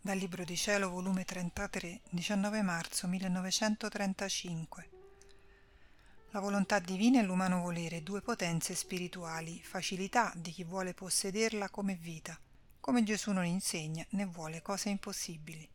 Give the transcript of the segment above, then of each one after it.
Dal Libro di Cielo, volume 33, 19 marzo 1935. La volontà divina e l'umano volere, due potenze spirituali, facilità di chi vuole possederla come vita, come Gesù non insegna né vuole cose impossibili.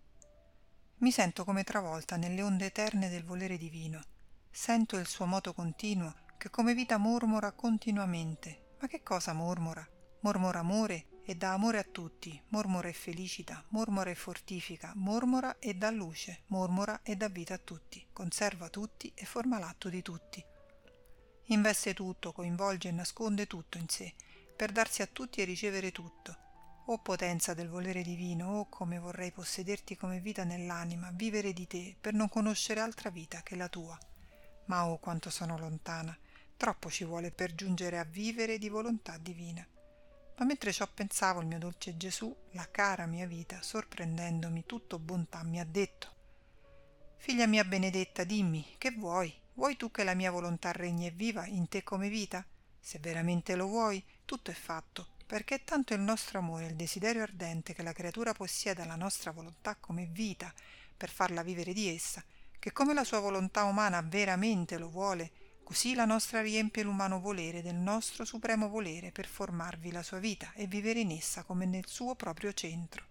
Mi sento come travolta nelle onde eterne del volere divino. Sento il suo moto continuo che come vita mormora continuamente. Ma che cosa mormora? Mormora amore e dà amore a tutti, mormora e felicita, mormora e fortifica, mormora e dà luce, mormora e dà vita a tutti, conserva tutti e forma l'atto di tutti. Investe tutto, coinvolge e nasconde tutto in sé, per darsi a tutti e ricevere tutto. O potenza del volere divino, oh come vorrei possederti come vita nell'anima, vivere di te, per non conoscere altra vita che la tua. Ma oh quanto sono lontana, troppo ci vuole per giungere a vivere di volontà divina. Ma mentre ciò pensavo, il mio dolce Gesù, la cara mia vita, sorprendendomi tutto bontà, mi ha detto: «Figlia mia benedetta, dimmi, che vuoi? Vuoi tu che la mia volontà regni e viva in te come vita? Se veramente lo vuoi, tutto è fatto, perché è tanto il nostro amore e il desiderio ardente che la creatura possieda la nostra volontà come vita per farla vivere di essa, che come la sua volontà umana veramente lo vuole, così la nostra riempie l'umano volere del nostro supremo volere per formarvi la sua vita e vivere in essa come nel suo proprio centro.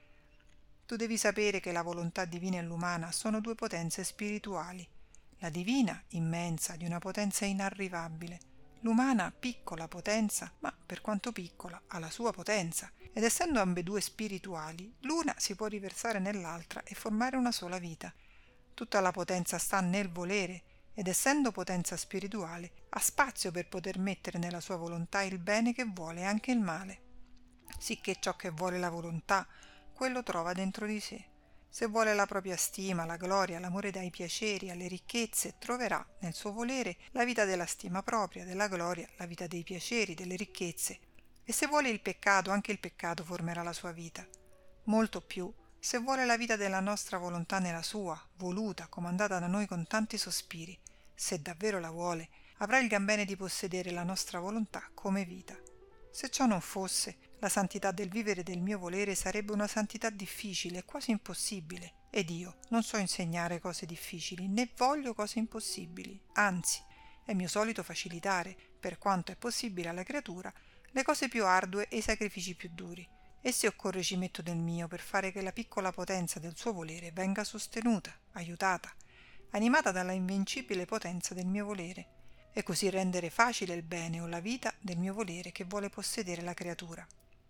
Tu devi sapere che la volontà divina e l'umana sono due potenze spirituali. La divina, immensa, di una potenza inarrivabile. L'umana, piccola potenza, ma per quanto piccola, ha la sua potenza. Ed essendo ambedue spirituali, l'una si può riversare nell'altra e formare una sola vita. Tutta la potenza sta nel volere, ed essendo potenza spirituale, ha spazio per poter mettere nella sua volontà il bene che vuole e anche il male. Sicché ciò che vuole la volontà, quello trova dentro di sé. Se vuole la propria stima, la gloria, l'amore dai piaceri, alle ricchezze, troverà nel suo volere la vita della stima propria, della gloria, la vita dei piaceri, delle ricchezze. E se vuole il peccato, anche il peccato formerà la sua vita. Molto più, se vuole la vita della nostra volontà nella sua, voluta, comandata da noi con tanti sospiri, se davvero la vuole, avrà il gran bene di possedere la nostra volontà come vita. Se ciò non fosse, la santità del vivere del mio volere sarebbe una santità difficile, quasi impossibile, ed io non so insegnare cose difficili, né voglio cose impossibili, anzi, è mio solito facilitare, per quanto è possibile alla creatura, le cose più ardue e i sacrifici più duri, e se occorre ci metto del mio per fare che la piccola potenza del suo volere venga sostenuta, aiutata, animata dalla invincibile potenza del mio volere, e così rendere facile il bene o la vita del mio volere che vuole possedere la creatura.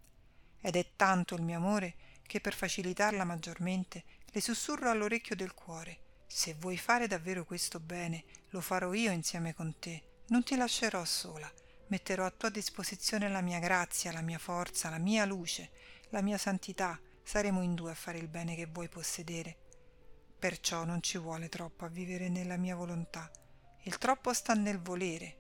Ed è tanto il mio amore che per facilitarla maggiormente le sussurro all'orecchio del cuore: se vuoi fare davvero questo bene, lo farò io insieme con te, non ti lascerò sola, metterò a tua disposizione la mia grazia, la mia forza, la mia luce, la mia santità, saremo in due a fare il bene che vuoi possedere. Perciò non ci vuole troppo a vivere nella mia volontà, il troppo sta nel volere.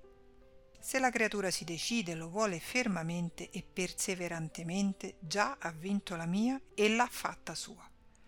Se la creatura si decide, lo vuole fermamente e perseverantemente, già ha vinto la mia e l'ha fatta sua.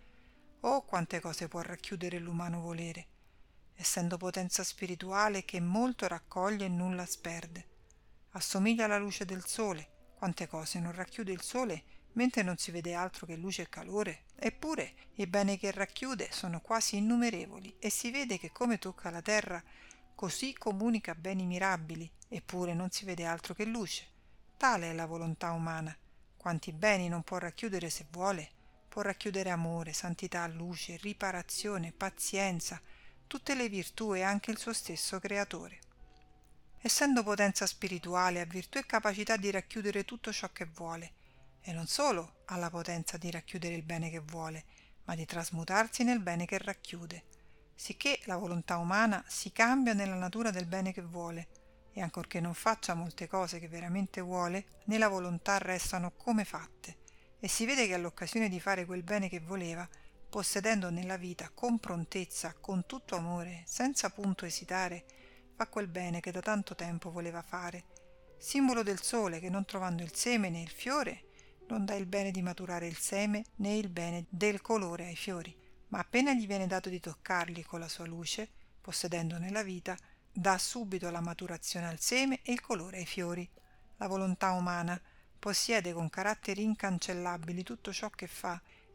Oh, quante cose può racchiudere l'umano volere, essendo potenza spirituale che molto raccoglie e nulla sperde. Assomiglia alla luce del sole, quante cose non racchiude il sole, mentre non si vede altro che luce e calore. Eppure i beni che racchiude sono quasi innumerevoli e si vede che come tocca la terra, così comunica beni mirabili, eppure non si vede altro che luce. Tale è la volontà umana. Quanti beni non può racchiudere se vuole? Può racchiudere amore, santità, luce, riparazione, pazienza, tutte le virtù e anche il suo stesso creatore. Essendo potenza spirituale, ha virtù e capacità di racchiudere tutto ciò che vuole, e non solo ha la potenza di racchiudere il bene che vuole, ma di trasmutarsi nel bene che racchiude, sicché la volontà umana si cambia nella natura del bene che vuole, e ancorché non faccia molte cose che veramente vuole, nella volontà restano come fatte, e si vede che all'occasione di fare quel bene che voleva, possedendo nella vita con prontezza, con tutto amore, senza punto esitare, fa quel bene che da tanto tempo voleva fare, simbolo del sole che non trovando il seme né il fiore, non dà il bene di maturare il seme né il bene del colore ai fiori, ma appena gli viene dato di toccarli con la sua luce, possedendone la vita, dà subito la maturazione al seme e il colore ai fiori. La volontà umana possiede con caratteri incancellabili tutto ciò che fa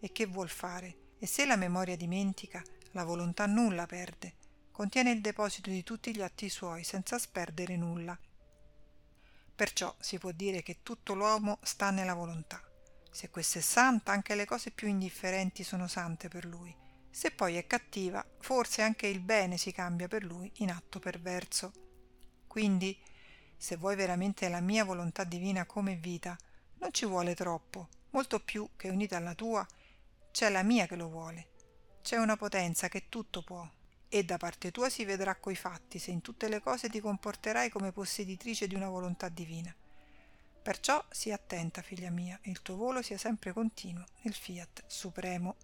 e che vuol fare, e se la memoria dimentica, la volontà nulla perde, contiene il deposito di tutti gli atti suoi senza sperdere nulla. Perciò si può dire che tutto l'uomo sta nella volontà. Se questa è santa, anche le cose più indifferenti sono sante per lui. Se poi è cattiva, forse anche il bene si cambia per lui in atto perverso. Quindi, se vuoi veramente la mia volontà divina come vita, non ci vuole troppo, molto più che unita alla tua, c'è la mia che lo vuole. C'è una potenza che tutto può, e da parte tua si vedrà coi fatti se in tutte le cose ti comporterai come posseditrice di una volontà divina. Perciò sii attenta, figlia mia, e il tuo volo sia sempre continuo nel Fiat Supremo.